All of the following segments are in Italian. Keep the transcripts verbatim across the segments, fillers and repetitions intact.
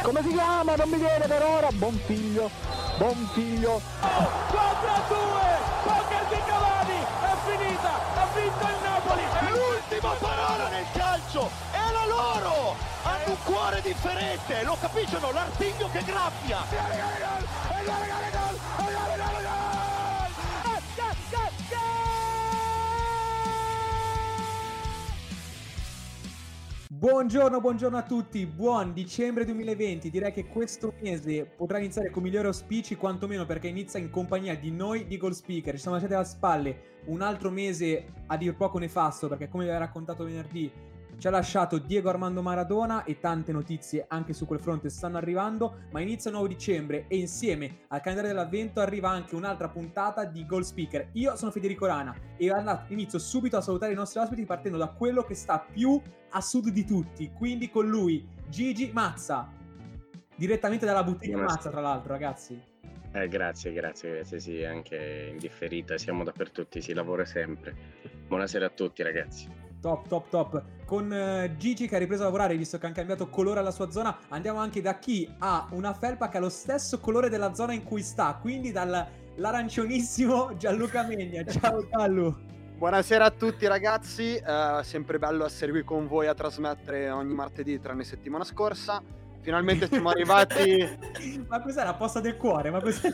come si chiama? Non mi viene per ora. Buon figlio, buon figlio. quattro a due, poker di Cavani, è finita, ha vinto il Napoli. È l'ultima parola nel calcio, è la loro. Hanno un cuore differente, lo capiscono, l'artiglio che graffia. Buongiorno, buongiorno a tutti, buon dicembre duemilaventi. Direi che questo mese potrà iniziare con migliori auspici, quantomeno perché inizia in compagnia di noi di Goal Speaker. Ci siamo lasciati alle spalle un altro mese a dir poco nefasto, perché come vi avevo raccontato venerdì ci ha lasciato Diego Armando Maradona e tante notizie anche su quel fronte stanno arrivando, ma inizia un nuovo dicembre e insieme al calendario dell'avvento arriva anche un'altra puntata di Goal Speaker. Io sono Federico Rana e inizio subito a salutare i nostri ospiti partendo da quello che sta più a sud di tutti, quindi con lui Gigi Mazza, direttamente dalla boutique Mazza, tra l'altro, ragazzi. Eh, grazie, grazie, grazie, sì, anche in differita, siamo dappertutto, si lavora sempre. Buonasera a tutti, ragazzi. Top, top, top. Con uh, Gigi che ha ripreso a lavorare, visto che ha cambiato colore alla sua zona, andiamo anche da chi ha una felpa che ha lo stesso colore della zona in cui sta, quindi dall'arancianissimo Gianluca Megna. Ciao Giallu. Buonasera a tutti ragazzi, uh, sempre bello essere qui con voi a trasmettere ogni martedì tranne settimana scorsa. Finalmente siamo arrivati. Ma cos'è la posta del cuore? Ma cos'è?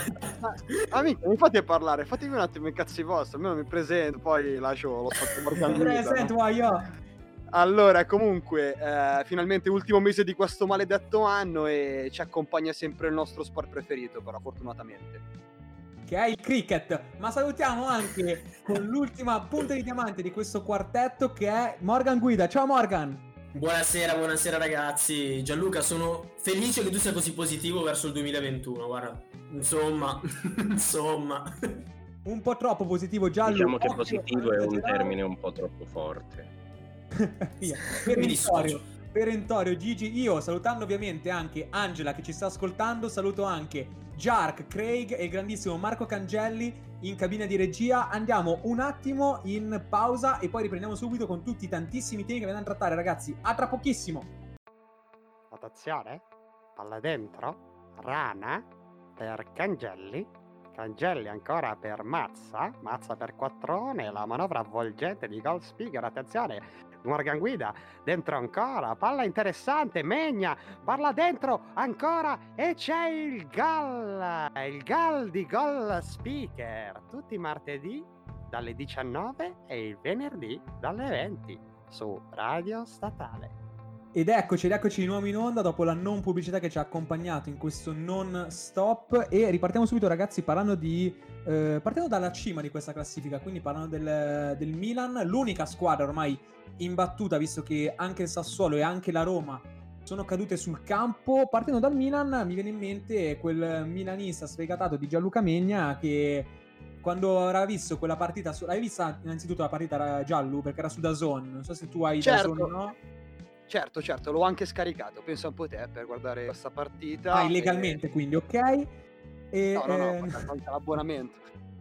Amici, mi fate parlare, fatemi un attimo i cazzi vostri, almeno mi presento, poi lascio lo spazio Morgan Guida, presento, no? io. Allora, comunque, eh, finalmente ultimo mese di questo maledetto anno e ci accompagna sempre il nostro sport preferito, però fortunatamente. Che è il cricket. Ma salutiamo anche con l'ultima punta di diamante di questo quartetto che è Morgan Guida. Ciao Morgan. Buonasera, buonasera ragazzi. Gianluca, sono felice che tu sia così positivo verso il duemilaventuno, guarda. Insomma, insomma. Un po' troppo positivo, Gianlu. Diciamo che positivo è un termine un po' troppo forte. Via. Perentorio, perentorio, Gigi. Io, salutando ovviamente anche Angela che ci sta ascoltando, saluto anche Jark, Craig e il grandissimo Marco Cangelli in cabina di regia. Andiamo un attimo in pausa e poi riprendiamo subito con tutti i tantissimi temi che abbiamo da trattare, ragazzi. A tra pochissimo. Attenzione, palla dentro, Rana per Cangelli, Cangelli ancora per Mazza, Mazza per Quattrone, la manovra avvolgente di Goal Speaker, attenzione, Morgan Guida, dentro ancora, palla interessante, Megna, palla dentro ancora e c'è il gol, il gol di Goal Speaker, tutti i martedì dalle diciannove e il venerdì dalle venti su Radio Statale. Ed eccoci, ed eccoci di nuovo in onda dopo la non pubblicità che ci ha accompagnato in questo non stop e ripartiamo subito ragazzi parlando di eh, partiamo dalla cima di questa classifica, quindi parlando del, del Milan, l'unica squadra ormai imbattuta visto che anche il Sassuolo e anche la Roma sono cadute sul campo. Partendo dal Milan mi viene in mente quel milanista sfegatato di Gianluca Megna che quando avrà visto quella partita su... hai vista innanzitutto la partita Giallu perché era su DAZN, non so se tu hai certo. DAZN o no. Certo, certo, l'ho anche scaricato, penso un po' te per guardare questa partita. Ah, illegalmente, e... quindi, ok. E, no, no, no, eh... ho fatto anche l'abbonamento.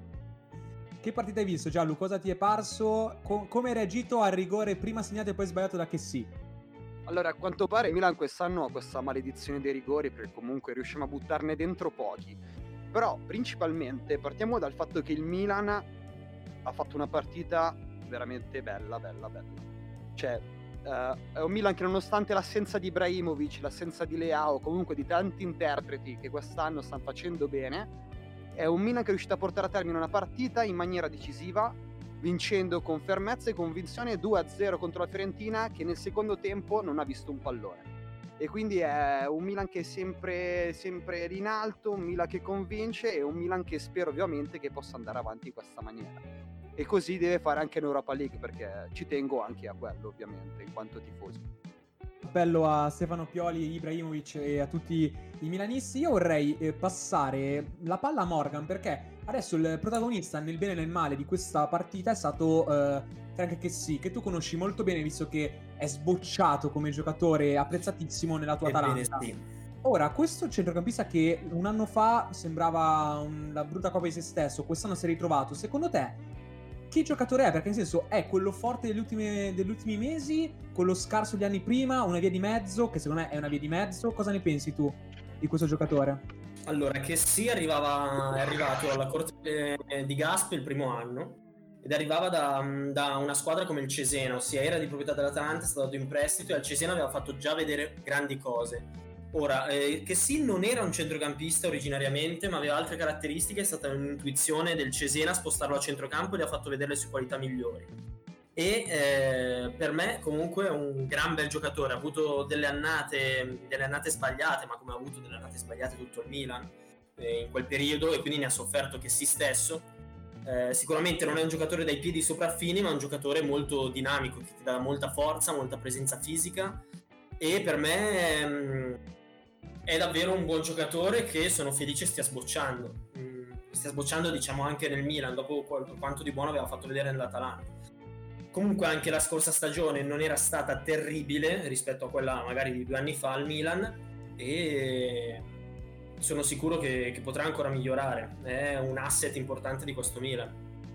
Che partita hai visto, Gianlu? Cosa ti è parso? Co- come hai reagito al rigore prima segnato e poi sbagliato da Chessy? Allora, a quanto pare il Milan quest'anno ha questa maledizione dei rigori perché comunque riusciamo a buttarne dentro pochi. Però, principalmente, partiamo dal fatto che il Milan ha fatto una partita veramente bella, bella, bella. Cioè... Uh, è un Milan che nonostante l'assenza di Ibrahimovic, l'assenza di Leao, comunque di tanti interpreti che quest'anno stanno facendo bene, è un Milan che è riuscito a portare a termine una partita in maniera decisiva, vincendo con fermezza e convinzione due a zero contro la Fiorentina che nel secondo tempo non ha visto un pallone. E quindi è un Milan che è sempre, sempre in alto, un Milan che convince e un Milan che spero ovviamente che possa andare avanti in questa maniera. E così deve fare anche in Europa League perché ci tengo anche a quello ovviamente in quanto tifoso. Appello a Stefano Pioli, Ibrahimovic e a tutti i milanisti. Io vorrei eh, passare la palla a Morgan perché adesso il protagonista nel bene e nel male di questa partita è stato eh, Franck Chessy, che tu conosci molto bene visto che è sbocciato come giocatore apprezzatissimo nella tua Atalanta. Sì. Ora, questo centrocampista che un anno fa sembrava una brutta copia di se stesso, quest'anno si è ritrovato, secondo te che giocatore è? Perché nel senso è quello forte degli ultimi, degli ultimi mesi, quello scarso degli anni prima, una via di mezzo, che secondo me è una via di mezzo. Cosa ne pensi tu di questo giocatore? Allora, che sì, arrivava, è arrivato alla corte eh, di Gasp il primo anno ed arrivava da, da una squadra come il Cesena, ossia era di proprietà dell'Atalanta, è stato dato in prestito e al Cesena aveva fatto già vedere grandi cose. Ora, eh, che sì, non era un centrocampista originariamente, ma aveva altre caratteristiche, è stata un'intuizione del Cesena spostarlo a centrocampo e gli ha fatto vedere le sue qualità migliori. E eh, per me comunque è un gran bel giocatore, ha avuto delle annate, delle annate sbagliate, ma come ha avuto delle annate sbagliate tutto il Milan eh, in quel periodo, e quindi ne ha sofferto che sì stesso. Eh, sicuramente non è un giocatore dai piedi sopraffini, ma è un giocatore molto dinamico, che ti dà molta forza, molta presenza fisica, e per me mh, è davvero un buon giocatore che sono felice stia sbocciando mh, stia sbocciando diciamo anche nel Milan dopo quanto di buono aveva fatto vedere nell'Atalanta. Comunque anche la scorsa stagione non era stata terribile rispetto a quella magari di due anni fa al Milan, e sono sicuro che, che potrà ancora migliorare. È un asset importante di questo Milan.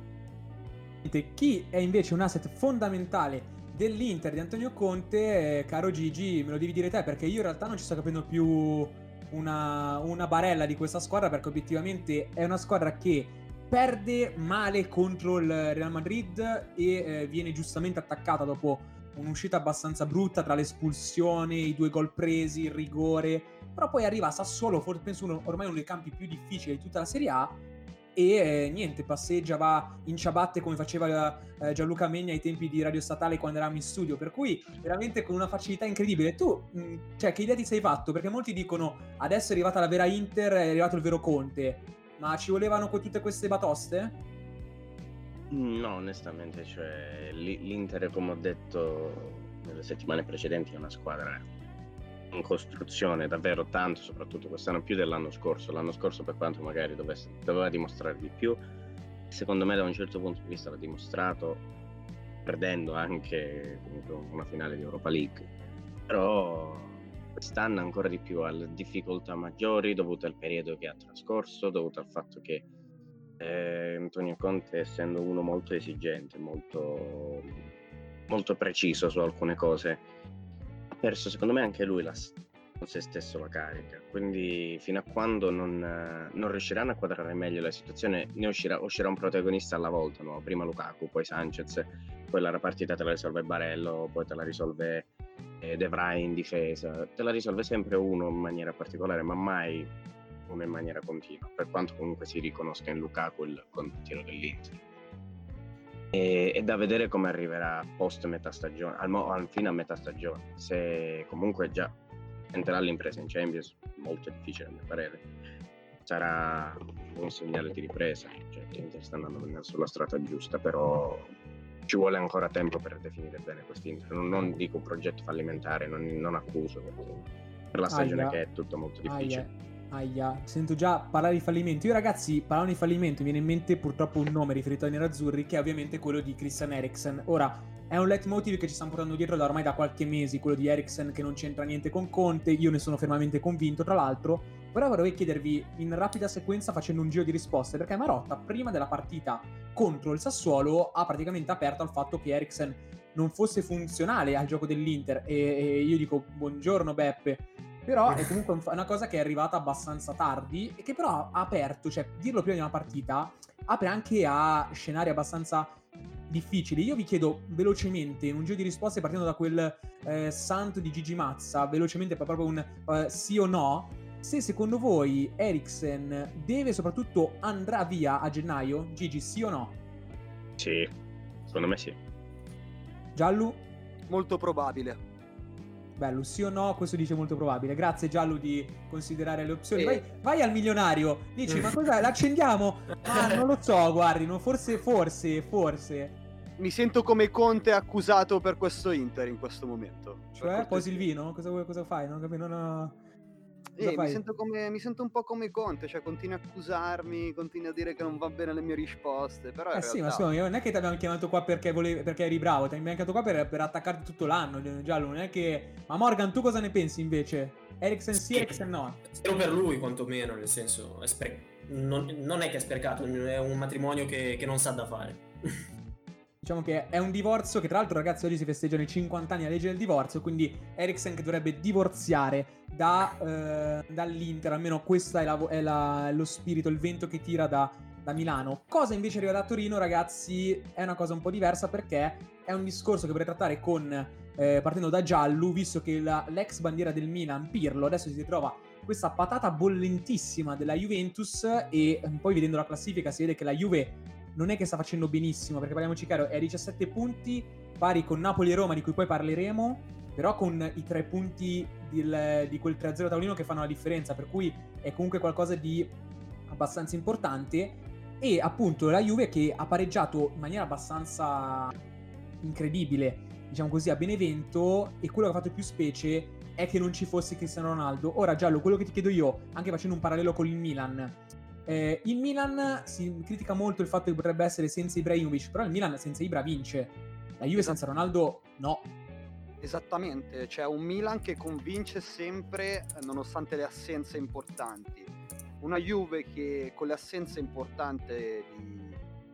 Chi è invece un asset fondamentale dell'Inter di Antonio Conte, eh, caro Gigi, me lo devi dire te, perché io in realtà non ci sto capendo più una, una barella di questa squadra, perché obiettivamente è una squadra che perde male contro il Real Madrid e eh, viene giustamente attaccata dopo un'uscita abbastanza brutta tra l'espulsione, i due gol presi, il rigore, però poi arriva a Sassuolo, forse penso uno, ormai uno dei campi più difficili di tutta la Serie A, e eh, niente, passeggia, va in ciabatte come faceva eh, Gianluca Megna ai tempi di Radio Statale quando eravamo in studio, per cui veramente con una facilità incredibile. Tu, mh, cioè, che idea ti sei fatto? Perché molti dicono adesso è arrivata la vera Inter, è arrivato il vero Conte, ma ci volevano con tutte queste batoste? No, onestamente, cioè l'Inter, come ho detto nelle settimane precedenti, è una squadra in costruzione davvero tanto, soprattutto quest'anno più dell'anno scorso. L'anno scorso, per quanto magari dovesse, doveva dimostrare di più, secondo me da un certo punto di vista l'ha dimostrato, perdendo anche comunque una finale di Europa League, però quest'anno ancora di più ha le difficoltà maggiori dovute al periodo che ha trascorso, dovute al fatto che eh, Antonio Conte, essendo uno molto esigente, molto, molto preciso su alcune cose, ha perso secondo me anche lui la, con se stesso la carica, quindi fino a quando non, non riusciranno a quadrare meglio la situazione ne uscirà, uscirà un protagonista alla volta, no? Prima Lukaku, poi Sanchez, poi la partita te la risolve Barello, poi te la risolve eh, De Vrij in difesa, te la risolve sempre uno in maniera particolare, ma mai uno in maniera continua, per quanto comunque si riconosca in Lukaku il continuo dell'Inter. E, è da vedere come arriverà post metà stagione, al, al fine a metà stagione, se comunque già entrerà all'impresa in Champions, molto difficile a mio parere, sarà un segnale di ripresa, cioè l'Inter sta andando sulla strada giusta, però ci vuole ancora tempo per definire bene quest'Inter. Non, non dico progetto fallimentare, non, non accuso, perché per la stagione Aia. che è tutto molto difficile. Aia. Aia, sento già parlare di fallimento. Io ragazzi, parlando di fallimento, mi viene in mente purtroppo un nome riferito ai nerazzurri, che è ovviamente quello di Christian Eriksen. Ora, è un leitmotiv che ci stiamo portando dietro da ormai da qualche mese, quello di Eriksen che non c'entra niente con Conte. Io ne sono fermamente convinto, tra l'altro. Però vorrei chiedervi in rapida sequenza, facendo un giro di risposte, perché Marotta prima della partita contro il Sassuolo ha praticamente aperto al fatto che Eriksen non fosse funzionale al gioco dell'Inter, e, e io dico buongiorno Beppe, però è comunque una cosa che è arrivata abbastanza tardi e che però ha aperto, cioè dirlo prima di una partita apre anche a scenari abbastanza difficili. Io vi chiedo velocemente in un giro di risposte, partendo da quel eh, santo di Gigi Mazza, velocemente proprio un uh, sì o no, se secondo voi Eriksen deve, soprattutto andrà via a gennaio. Gigi, sì o no? Sì, secondo me sì. Giallo? Molto probabile. Bello, sì o no? Questo dice molto probabile. Grazie Giallo di considerare le opzioni. Eh. Vai, vai al milionario. Dici, ma cosa? L'accendiamo? Ah, non lo so, guardi, no, forse, forse, forse. Mi sento come Conte accusato per questo Inter in questo momento. Cioè, posi il vino? Cosa, cosa fai? Non capisco, non ho... Eh, mi, sento come, mi sento un po' come Conte, cioè continua a accusarmi, continua a dire che non va bene le mie risposte, però in eh sì, realtà... ma scusa, non è che ti abbiamo chiamato qua perché, volevi, perché eri bravo, ti abbiamo chiamato qua per, per attaccarti tutto l'anno, Giallo, non è che... Ma Morgan, tu cosa ne pensi invece? Eriksen sì, Eriksen no? Spero per lui quantomeno, nel senso, è spre... non, non è che è sprecato, è un matrimonio che, che non sa da fare. diciamo che è un divorzio che tra l'altro, ragazzi, oggi si festeggiano i cinquanta anni alla legge del divorzio, quindi Eriksen che dovrebbe divorziare da, eh, dall'Inter, almeno questo è, la, è la, lo spirito, il vento che tira da, da Milano. Cosa invece arriva da Torino, ragazzi, è una cosa un po' diversa, perché è un discorso che vorrei trattare con, eh, partendo da Giallo, visto che la, l'ex bandiera del Milan, Pirlo, adesso si ritrova questa patata bollentissima della Juventus, e poi vedendo la classifica si vede che la Juve non è che sta facendo benissimo, perché parliamoci chiaro, è a diciassette punti, pari con Napoli e Roma, di cui poi parleremo, però con i tre punti del, di quel tre a zero tavolino che fanno la differenza, per cui è comunque qualcosa di abbastanza importante. E appunto la Juve che ha pareggiato in maniera abbastanza incredibile, diciamo così, a Benevento, e quello che ha fatto più specie è che non ci fosse Cristiano Ronaldo. Ora, Giallo, quello che ti chiedo io, anche facendo un parallelo con il Milan, eh, il Milan si critica molto il fatto che potrebbe essere senza Ibrahimovic, però il Milan senza Ibra vince, la Juve senza Ronaldo no. Esattamente, c'è un Milan che convince sempre nonostante le assenze importanti, una Juve che con le assenze importanti di,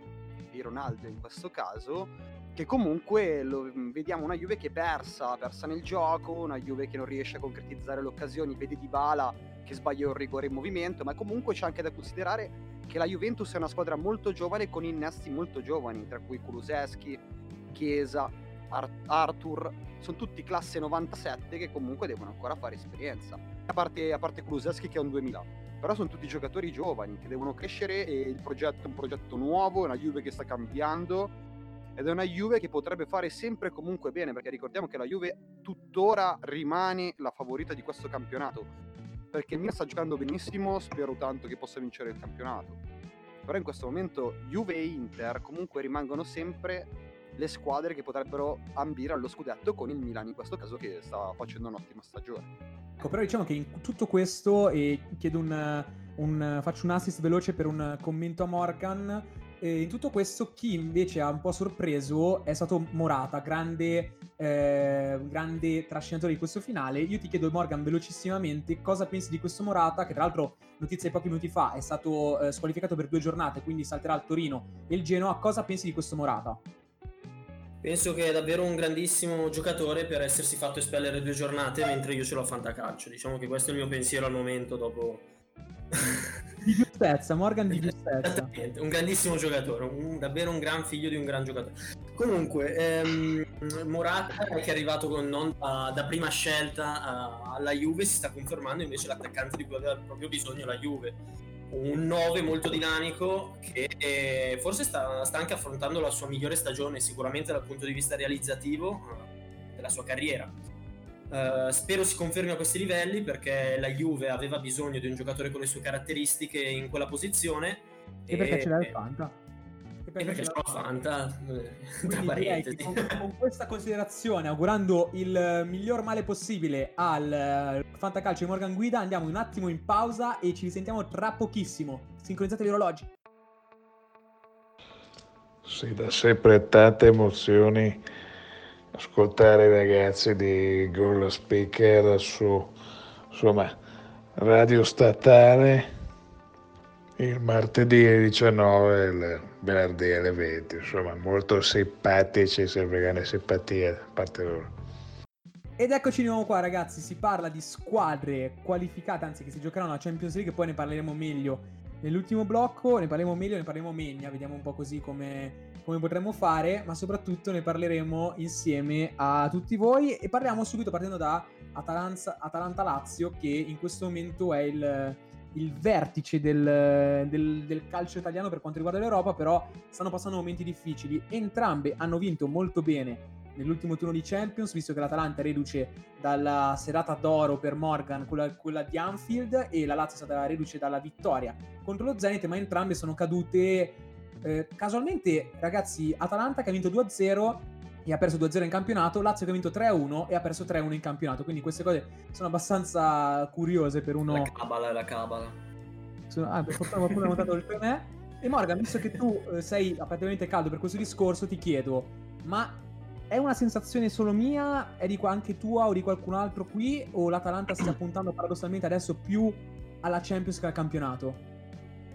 di Ronaldo in questo caso, che comunque lo, vediamo una Juve che è persa, persa nel gioco, una Juve che non riesce a concretizzare le occasioni, vedi Dybala che sbaglia un rigore in movimento, ma comunque c'è anche da considerare che la Juventus è una squadra molto giovane con innesti molto giovani, tra cui Kulusevski, Chiesa, Ar- Arthur, sono tutti classe novantasette che comunque devono ancora fare esperienza, a parte, a parte Kulusevski che è un duemila, però sono tutti giocatori giovani che devono crescere, e il progetto è un progetto nuovo, è una Juve che sta cambiando, ed è una Juve che potrebbe fare sempre comunque bene, perché ricordiamo che la Juve tuttora rimane la favorita di questo campionato, perché il Milan sta giocando benissimo, spero tanto che possa vincere il campionato, però in questo momento Juve e Inter comunque rimangono sempre le squadre che potrebbero ambire allo scudetto, con il Milan in questo caso che sta facendo un'ottima stagione. Ecco, però diciamo che in tutto questo, e chiedo un, un faccio un assist veloce per un commento a Morgan, e in tutto questo chi invece ha un po' sorpreso è stato Morata, grande, eh, grande trascinatore di questo finale. Io ti chiedo, Morgan, velocissimamente, cosa pensi di questo Morata, che tra l'altro, notizia di pochi minuti fa, è stato eh, squalificato per due giornate, quindi salterà il Torino e il Genoa. Cosa pensi di questo Morata? Penso che è davvero un grandissimo giocatore per essersi fatto espellere due giornate mentre io ce l'ho a fantacalcio. Diciamo che questo è il mio pensiero al momento dopo... Di giustezza, Morgan di giustezza. Un grandissimo giocatore, un, davvero un gran figlio di un gran giocatore. Comunque, ehm, Morata, che è arrivato con, non da, da prima scelta uh, alla Juve, si sta confermando invece l'attaccante di cui aveva proprio bisogno la Juve. Un nove molto dinamico che eh, forse sta, sta anche affrontando la sua migliore stagione, sicuramente dal punto di vista realizzativo uh, della sua carriera. Uh, spero si confermi a questi livelli, perché la Juve aveva bisogno di un giocatore con le sue caratteristiche in quella posizione. E, e perché ce l'ha il Fanta? E perché, e perché ce l'ha il Fanta, tra parentesi. Con, con questa considerazione, augurando il miglior male possibile al Fantacalcio di Morgan Guida, andiamo un attimo in pausa e ci risentiamo tra pochissimo. Sincronizzate gli orologi. Sì, dà sempre tante emozioni ascoltare i ragazzi di Goal Speaker su, insomma, radio statale il martedì alle diciannove e il venerdì alle venti, insomma molto simpatici, sempre grande simpatia da parte loro. Ed eccoci di nuovo qua, ragazzi, si parla di squadre qualificate, anzi che si giocheranno la Champions League, poi ne parleremo meglio nell'ultimo blocco, ne parleremo meglio, ne parleremo meno, vediamo un po' così come... come potremmo fare, ma soprattutto ne parleremo insieme a tutti voi, e parliamo subito partendo da Atalanza, Atalanta-Lazio, che in questo momento è il, il vertice del, del, del calcio italiano per quanto riguarda l'Europa, però stanno passando momenti difficili. Entrambe hanno vinto molto bene nell'ultimo turno di Champions, visto che l'Atalanta è reduce dalla serata d'oro per Morgan, quella, quella di Anfield, e la Lazio è stata reduce dalla vittoria contro lo Zenit, ma entrambe sono cadute Eh, casualmente, ragazzi. Atalanta che ha vinto due a zero e ha perso due a zero in campionato, Lazio che ha vinto tre a uno e ha perso tre a uno in campionato, quindi queste cose sono abbastanza curiose per uno... La cabala è la cabala. Sono... Ah, per fortuna qualcuno ha notato il per me. E Morgan, visto che tu eh, sei apparentemente caldo per questo discorso, ti chiedo, ma è una sensazione solo mia, è di qua anche tua o di qualcun altro qui, o l'Atalanta sta puntando paradossalmente adesso più alla Champions che al campionato?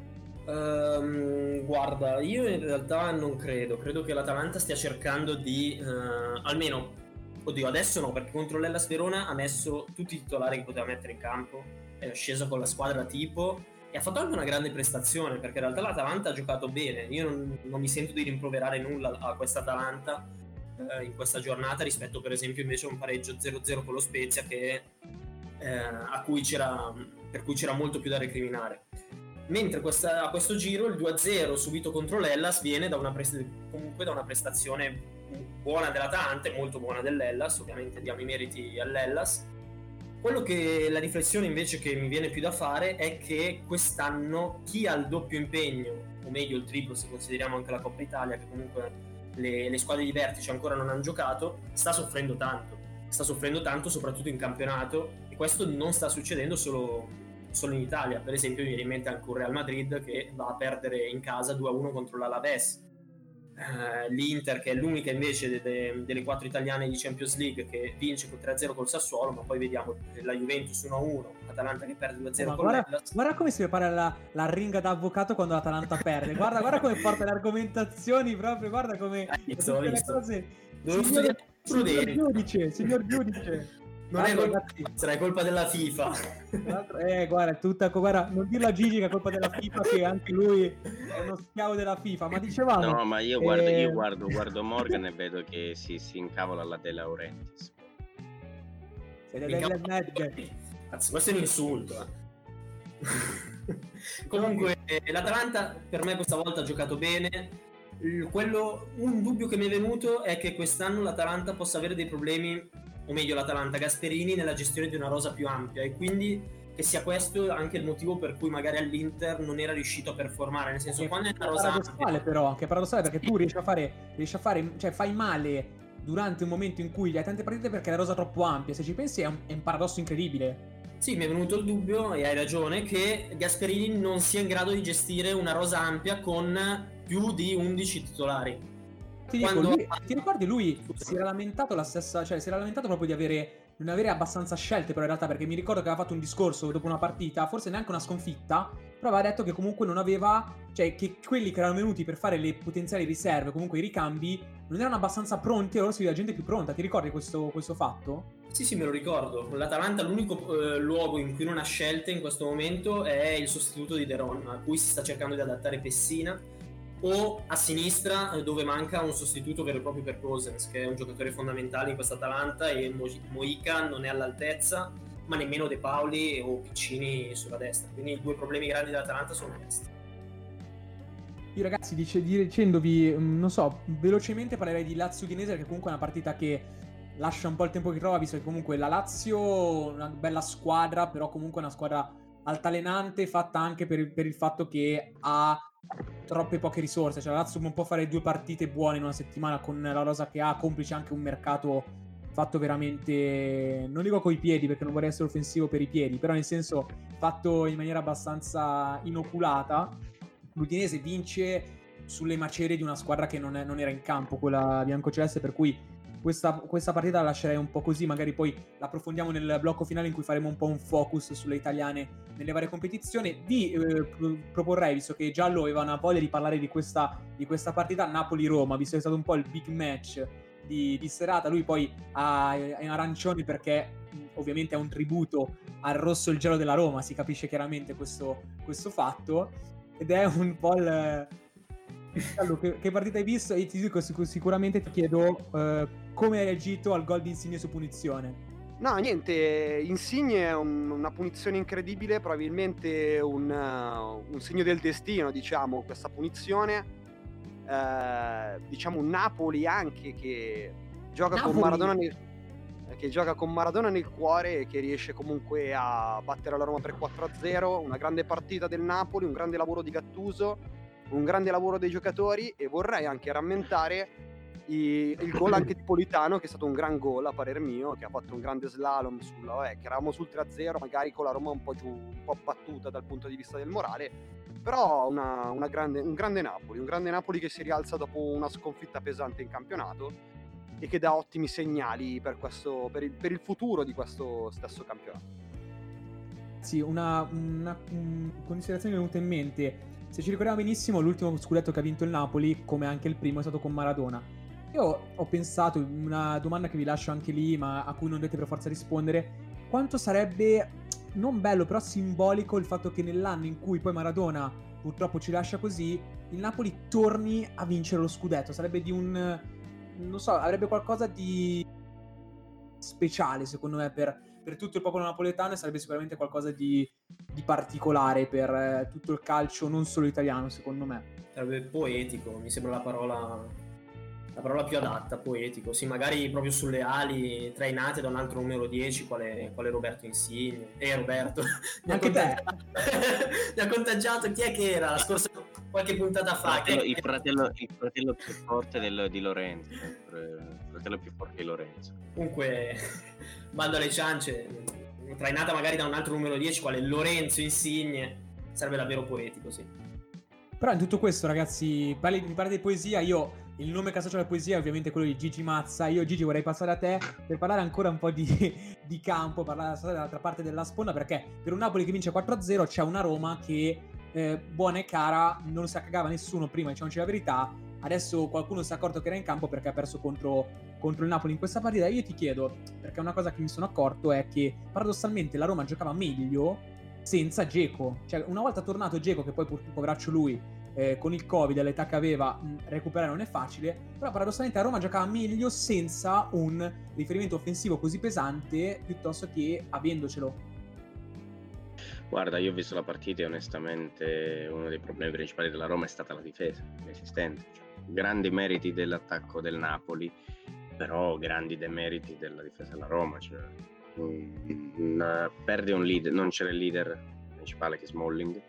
Ehm, guarda, io in realtà non credo, credo che l'Atalanta stia cercando di, eh, almeno, oddio adesso no, perché contro l'Hellas Verona ha messo tutti i titolari che poteva mettere in campo, è scesa con la squadra tipo e ha fatto anche una grande prestazione, perché in realtà l'Atalanta ha giocato bene. Io non, non mi sento di rimproverare nulla a questa Atalanta eh, in questa giornata rispetto per esempio invece a un pareggio zero zero con lo Spezia che, eh, a cui c'era, per cui c'era molto più da recriminare. Mentre questa, a questo giro il due a zero subito contro l'Hellas viene da una prest- comunque da una prestazione buona dell'Atalanta, molto buona dell'Hellas, ovviamente diamo i meriti all'Hellas. Quello che la riflessione invece che mi viene più da fare è che quest'anno chi ha il doppio impegno, o meglio il triplo se consideriamo anche la Coppa Italia, che comunque le, le squadre di vertice ancora non hanno giocato, sta soffrendo tanto, sta soffrendo tanto soprattutto in campionato, e questo non sta succedendo solo solo in Italia. Per esempio mi viene in mente anche un Real Madrid che va a perdere in casa due a uno contro l'Alaves, uh, l'Inter che è l'unica invece de- de- delle quattro italiane di Champions League che vince con tre a zero col Sassuolo, ma poi vediamo la Juventus uno a uno, Atalanta che perde due a zero Ma con guarda, l'Hellas. guarda come si prepara la, la ringa da avvocato quando l'Atalanta perde. Guarda, guarda come porta le argomentazioni proprio. Guarda come Hai visto, tutte hai le visto. cose. Devo Signor, studiare signor prudente. giudice, signor giudice. Non Guarda, è colpa ragazzi, nostra, è colpa della FIFA. tra l'altro- eh, guarda, tutta, guarda, non dirlo a Gigi che è colpa della FIFA, che anche lui è uno schiavo della FIFA. Ma dicevamo, No, ma io guardo, eh, io guardo, guardo Morgan e vedo che si, si incavola la De Laurentiis. siete delle medie. Cazzo, questo è un insulto. eh. Comunque, eh, l'Atalanta per me questa volta ha giocato bene. Il- quello, un dubbio che mi è venuto è che quest'anno l'Atalanta possa avere dei problemi, o meglio l'Atalanta Gasperini, nella gestione di una rosa più ampia, e quindi che sia questo anche il motivo per cui magari all'Inter non era riuscito a performare, nel senso Che quando è è una rosa paradossale ampia. però, che è paradossale perché tu riesci a fare, riesci a fare, cioè fai male durante un momento in cui hai tante partite perché la rosa è troppo ampia. Se ci pensi è un, è un paradosso incredibile. Sì, mi è venuto il dubbio, e hai ragione, che Gasperini non sia in grado di gestire una rosa ampia con più di undici titolari. Ti dico, Quando- lui- ti ricordi lui si era lamentato la stessa, cioè si era lamentato proprio di avere non avere abbastanza scelte, però in realtà, perché mi ricordo che aveva fatto un discorso dopo una partita, forse neanche una sconfitta, però aveva detto che comunque non aveva, cioè che quelli che erano venuti per fare le potenziali riserve, comunque i ricambi, non erano abbastanza pronti, e allora si vedeva gente più pronta. Ti ricordi questo, questo fatto? Sì, sì, me lo ricordo. L'Atalanta, l'unico eh, luogo in cui non ha scelte in questo momento è il sostituto di De Ron, a cui si sta cercando di adattare Pessina, o a sinistra eh, dove manca un sostituto vero e proprio per Gosens, che è un giocatore fondamentale in questa Atalanta, e Mo- Moica non è all'altezza, ma nemmeno De Paoli o Piccini sulla destra. Quindi i due problemi grandi dell'Atalanta sono questi. Io ragazzi, dice, dicendovi, mh, non so, velocemente parlerei di Lazio-Udinese, perché comunque è una partita che lascia un po' il tempo che trova, visto che comunque la Lazio è una bella squadra, però comunque è una squadra altalenante, fatta anche per, per il fatto che ha troppe poche risorse. Cioè la Lazio non può fare due partite buone in una settimana con la rosa che ha, complice anche un mercato fatto veramente, non dico coi piedi perché non vorrei essere offensivo per i piedi, però nel senso fatto in maniera abbastanza inoculata. L'Udinese vince sulle macerie di una squadra che non, è, non era in campo, quella biancoceleste, per cui questa, questa partita la lascerei un po' così. Magari poi l'approfondiamo nel blocco finale in cui faremo un po' un focus sulle italiane nelle varie competizioni. Vi eh, pro- proporrei, visto che Giallo aveva una voglia di parlare di questa, di questa partita, Napoli-Roma, visto che è stato un po' il big match di, di serata. Lui poi ha, è in arancione perché mh, ovviamente è un tributo al rosso e il giallo della Roma, si capisce chiaramente questo, questo fatto, ed è un po' il... Giallo, che, che partita hai visto? E ti dico sic- sicuramente ti chiedo eh, come hai reagito al gol di Insigne su punizione. No, niente, Insigne è un- una punizione incredibile, probabilmente un, uh, un segno del destino, diciamo, questa punizione. Eh, diciamo un Napoli anche che gioca Napoli. con Maradona nel, che gioca con Maradona nel cuore, e che riesce comunque a battere la Roma per quattro a zero. Una grande partita del Napoli, un grande lavoro di Gattuso, un grande lavoro dei giocatori, e vorrei anche rammentare i- il gol anche di Politano, che è stato un gran gol a parer mio, che ha fatto un grande slalom sulla, vabbè, che eravamo sul tre a zero, magari con la Roma un po' giù, un po' battuta dal punto di vista del morale, però una, una grande, un grande Napoli, un grande Napoli che si rialza dopo una sconfitta pesante in campionato e che dà ottimi segnali per, questo, per, il, per il futuro di questo stesso campionato. Sì, una, una, una considerazione mi è venuta in mente. se ci ricordiamo benissimo, l'ultimo scudetto che ha vinto il Napoli, come anche il primo, è stato con Maradona. Io ho pensato, una domanda che vi lascio anche lì, ma a cui non dovete per forza rispondere, quanto sarebbe, non bello, però simbolico il fatto che nell'anno in cui poi Maradona purtroppo ci lascia così, il Napoli torni a vincere lo scudetto. Sarebbe di un, non so, avrebbe qualcosa di speciale secondo me per, per tutto il popolo napoletano, e sarebbe sicuramente qualcosa di, di particolare per eh, tutto il calcio, non solo italiano, secondo me. Sarebbe poetico, mi sembra la parola la parola più adatta, poetico. Sì, magari proprio sulle ali trainate da un altro numero dieci, quale, quale Roberto Insigne. Eh, Roberto, mi Anche te. Mi ha contagiato. Chi è che era la scorsa, qualche puntata fa? Fratello, Che... il, fratello, il fratello più forte del, di Lorenzo. Il fratello più forte di Lorenzo. Comunque, bando alle ciance, trainata magari da un altro numero dieci, quale Lorenzo Insigne, sarebbe davvero poetico, sì. Però in tutto questo, ragazzi, parli, mi parli di poesia, io... Il nome che associo alla poesia è ovviamente quello di Gigi Mazza. Io, Gigi, vorrei passare a te per parlare ancora un po' di, di campo, parlare dall'altra parte della sponda, perché per un Napoli che vince quattro a zero c'è una Roma che, eh, buona e cara, non si accagava nessuno prima, diciamoci la verità. Adesso qualcuno si è accorto che era in campo perché ha perso contro, contro il Napoli in questa partita. Io ti chiedo, perché una cosa che mi sono accorto è che paradossalmente la Roma giocava meglio senza Dzeko. Cioè, una volta tornato Dzeko, che poi poveraccio lui, Eh, con il Covid, all'età che aveva, mh, recuperare non è facile, però paradossalmente a Roma giocava meglio senza un riferimento offensivo così pesante, piuttosto che avendocelo. Guarda, io ho visto la partita e onestamente uno dei problemi principali della Roma è stata la difesa inesistente. Cioè, grandi meriti dell'attacco del Napoli, però grandi demeriti della difesa della Roma. Cioè, un, un, perde un leader, non c'era il leader principale che è Smalling,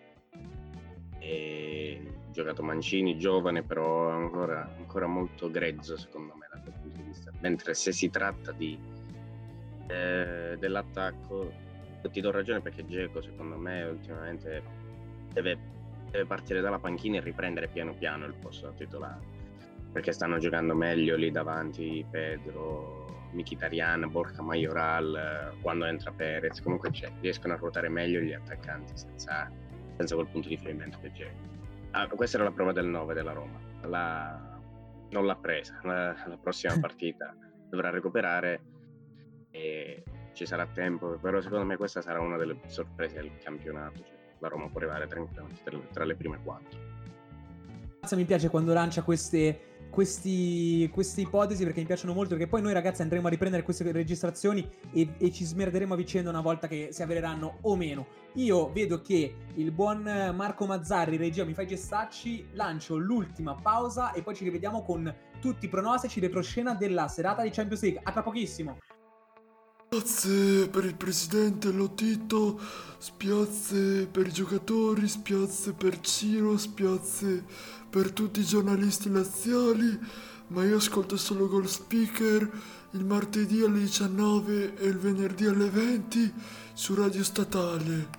e giocato Mancini, giovane però ancora, ancora molto grezzo secondo me da quel punto di vista, mentre se si tratta di eh, dell'attacco ti do ragione, perché Dzeko secondo me ultimamente deve, deve partire dalla panchina e riprendere piano piano il posto da titolare, perché stanno giocando meglio lì davanti Pedro, Mkhitaryan, Borja Mayoral, quando entra Perez, comunque c'è, riescono a ruotare meglio gli attaccanti senza senza quel punto di riferimento che c'è. Ah, questa era la prova del nove della Roma, la... non l'ha presa, la, la prossima partita dovrà recuperare e ci sarà tempo, però secondo me questa sarà una delle sorprese del campionato, cioè, la Roma può arrivare tranquillamente tra, tra le prime quattro. Mi piace quando lancia queste Questi, queste ipotesi, perché mi piacciono molto, perché poi noi ragazzi andremo a riprendere queste registrazioni e, e ci smerderemo a vicenda una volta che si avvereranno o meno. Io vedo che il buon Marco Mazzarri, regia, mi fa i gestacci, lancio l'ultima pausa e poi ci rivediamo con tutti i pronostici retroscena della serata di Champions League. A tra pochissimo. Spiazze per il presidente Lotito, spiazze per i giocatori, spiazze per Ciro, spiazze per tutti i giornalisti laziali, ma io ascolto solo Goal Speaker il martedì alle diciannove e il venerdì alle venti su Radio Statale.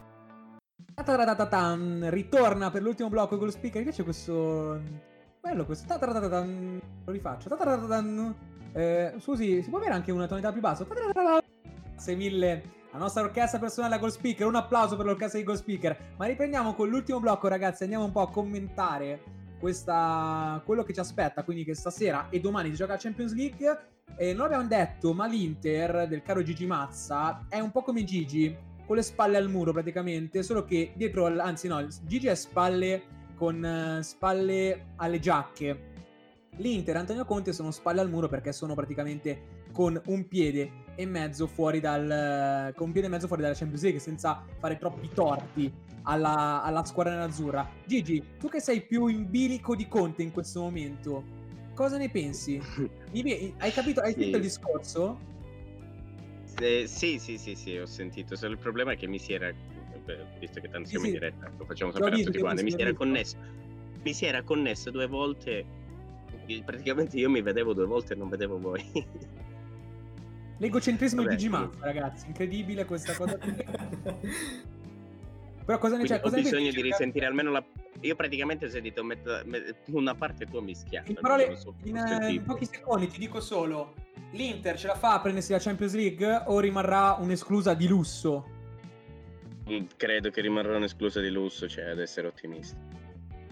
Ritorna per l'ultimo blocco Goal Speaker. Invece questo bello questo lo rifaccio. Eh, scusi, si può avere anche una tonalità più bassa? Grazie mille la nostra orchestra personale a Goal Speaker, un applauso per l'orchestra di Goal Speaker. Ma riprendiamo con l'ultimo blocco, ragazzi, andiamo un po' a commentare questa, quello che ci aspetta, quindi che stasera e domani si gioca la Champions League. Eh, non abbiamo detto, ma l'Inter del caro Gigi Mazza è un po' come Gigi, con le spalle al muro praticamente, solo che dietro, anzi no, Gigi è spalle con uh, spalle alle giacche. L'Inter e Antonio Conte sono spalle al muro perché sono praticamente con un piede e mezzo fuori dal con un piede e mezzo fuori dalla Champions League, senza fare troppi torti alla, alla squadra nerazzurra. Gigi, tu che sei più in bilico di Conte in questo momento, cosa ne pensi? Hai capito? Hai sì. sentito il discorso? Eh, sì, sì, sì, sì, ho sentito. Solo il problema è che mi si era, visto che tanto siamo sì, in diretta, lo facciamo L'ho sapere a visto, tutti quanti, mi visto, si era visto. connesso, mi si era connesso due volte. Praticamente io mi vedevo due volte e non vedevo voi. L'egocentrismo Vabbè, di Gigi sì. Mazza, ragazzi, incredibile questa cosa. Però cosa ne Quindi c'è? ho Cosa ne bisogno pensi? di risentire almeno la... Io praticamente ho sentito met... met... una parte tua mischiata. In parole, so, in, eh, in pochi secondi ti dico solo: l'Inter ce la fa a prendersi la Champions League o rimarrà un'esclusa di lusso? Credo che rimarrà un'esclusa di lusso, cioè ad essere ottimisti.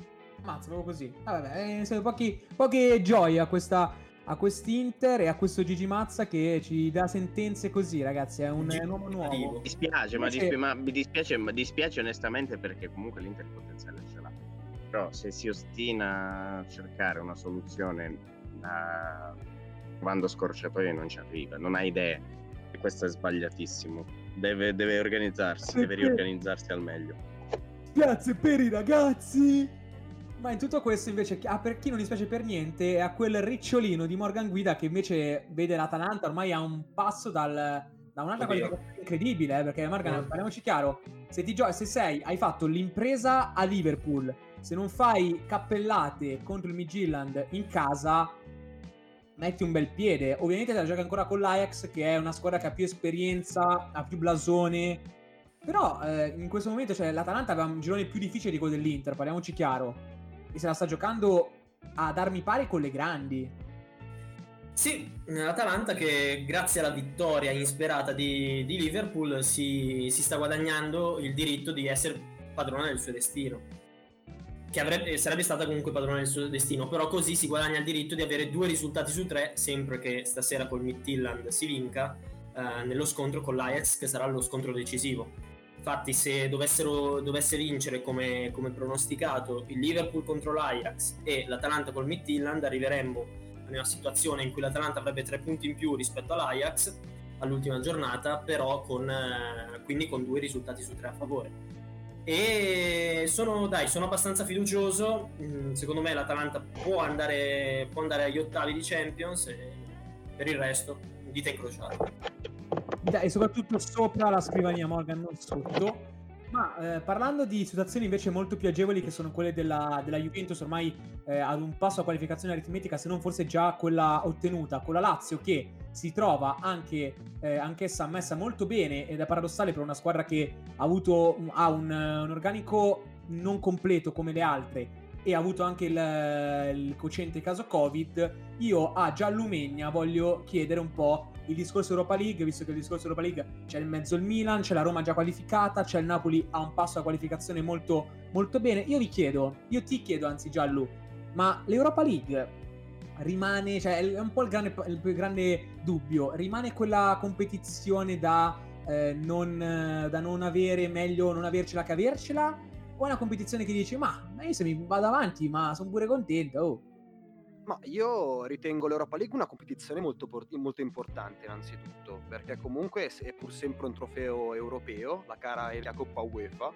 Mazza, proprio così. Ah, vabbè, eh, pochi, poche gioie a questa, a quest'Inter e a questo Gigi Mazza che ci dà sentenze così, ragazzi. È un, è un uomo nuovo. Mi dispiace, Invece... ma, dispi- ma mi dispiace, ma dispiace onestamente perché comunque l'Inter il potenziale ce l'ha. Però se si ostina a cercare una soluzione da... quando scorciatoie non ci arriva, non ha idee, e questo è sbagliatissimo. Deve, deve organizzarsi, deve riorganizzarsi al meglio. Spiazze per i ragazzi! Ma in tutto questo invece, ah, per chi non dispiace per niente, è a quel ricciolino di Morgan Guida che invece vede l'Atalanta ormai a un passo dal, da un'altra qualificazione incredibile, eh, perché Morgan, mm. parliamoci chiaro, se ti giochi, se sei, hai fatto l'impresa a Liverpool, se non fai cappellate contro il Midtjylland in casa, metti un bel piede. Ovviamente te la giochi ancora con l'Ajax, che è una squadra che ha più esperienza, ha più blasone, però eh, in questo momento, cioè, l'Atalanta aveva un girone più difficile di quello dell'Inter, parliamoci chiaro, e se la sta giocando ad armi pari con le grandi. Sì, l'Atalanta che grazie alla vittoria insperata di, di Liverpool si, si sta guadagnando il diritto di essere padrona del suo destino, che avrebbe, sarebbe stata comunque padrona del suo destino, però così si guadagna il diritto di avere due risultati su tre sempre che stasera col Midtjylland si vinca eh, nello scontro con l'Ajax, che sarà lo scontro decisivo. Infatti se dovessero, dovesse vincere come, come pronosticato il Liverpool contro l'Ajax e l'Atalanta col Midtjylland, arriveremmo in una situazione in cui l'Atalanta avrebbe tre punti in più rispetto all'Ajax all'ultima giornata, però con, eh, quindi con due risultati su tre a favore. E sono, dai, sono abbastanza fiducioso. Secondo me l'Atalanta può andare, può andare agli ottavi di Champions, e per il resto dita incrociata. E soprattutto sopra la scrivania, Morgan, non sotto. Ma eh, parlando di situazioni invece molto più agevoli, che sono quelle della, della Juventus, ormai eh, ad un passo a qualificazione aritmetica, se non forse già quella ottenuta, con la Lazio che si trova anche eh, anch'essa messa molto bene, ed è paradossale per una squadra che ha avuto ha un, un organico non completo come le altre e ha avuto anche il, il cocente caso Covid. Io a Giallumegna voglio chiedere un po' il discorso Europa League, visto che il discorso Europa League c'è in mezzo il Milan, c'è la Roma già qualificata, c'è il Napoli a un passo alla qualificazione molto, molto bene. Io vi chiedo, io ti chiedo anzi Giallu, ma l'Europa League rimane, cioè è un po' il grande, il più grande dubbio, rimane quella competizione da, eh, non, da non avere, meglio non avercela che avercela, o è una competizione che dici ma io se mi vado avanti ma sono pure contento, oh. Ma io ritengo l'Europa League una competizione molto, por- molto importante innanzitutto, perché comunque è pur sempre un trofeo europeo, la cara è la Coppa UEFA,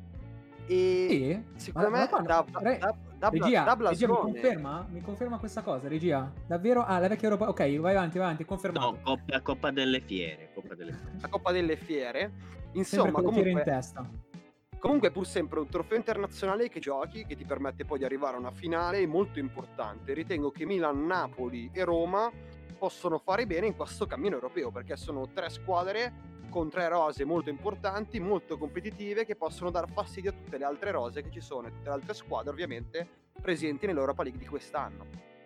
e sì? secondo ma, me ma da, re, da, da, regia, da regia mi blasone conferma? Mi conferma questa cosa, regia? Davvero? Ah, la vecchia Europa, ok, vai avanti, vai avanti, confermato. No, Coppa, Coppa delle Fiere, Coppa delle Fiere. La Coppa delle Fiere, Sempre insomma, con le comunque fiere in testa. Comunque è pur sempre un trofeo internazionale che giochi, che ti permette poi di arrivare a una finale molto importante. Ritengo che Milan, Napoli e Roma possono fare bene in questo cammino europeo, perché sono tre squadre con tre rose molto importanti, molto competitive, che possono dar fastidio a tutte le altre rose che ci sono, e tutte le altre squadre ovviamente presenti nell'Europa League di quest'anno.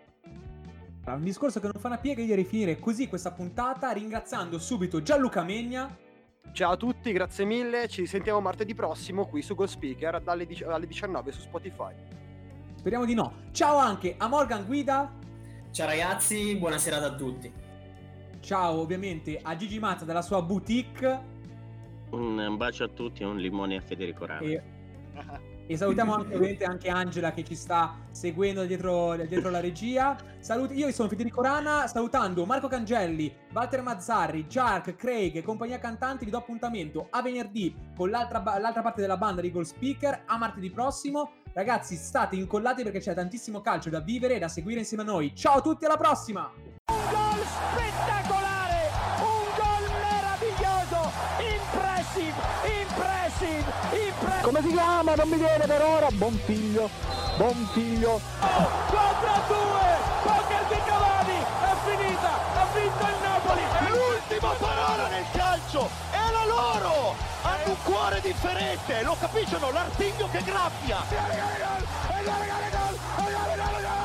Un discorso che non fa una piega, io direi finire così questa puntata ringraziando subito Gianluca Megna. Ciao a tutti, grazie mille, ci sentiamo martedì prossimo qui su Goal Speaker dalle diciannove su Spotify. Speriamo di no. Ciao anche a Morgan Guida. Ciao ragazzi, buona serata a tutti. Ciao ovviamente a Gigi Mazza della sua boutique. Un bacio a tutti e un limone a Federico Rana. E, e salutiamo anche ovviamente anche Angela che ci sta seguendo dietro, dietro la regia. Saluti, io sono Federico Rana, salutando Marco Cangelli, Walter Mazzarri, Jark, Craig e compagnia cantanti. Vi do appuntamento a venerdì con l'altra, l'altra parte della banda di Goal Speaker, a martedì prossimo. Ragazzi, state incollati perché c'è tantissimo calcio da vivere e da seguire insieme a noi. Ciao a tutti, alla prossima! Un gol spettacolare, un gol meraviglioso, impressive, impressive, impressive. Come si chiama? Non mi viene per ora. Buon figlio, buon figlio. Oh, quattro a due, poker di Cavani, è finita, ha vinto il Napoli. L'ultima parola nel calcio è la loro. Hanno un cuore differente, lo capiscono? L'artiglio che graffia.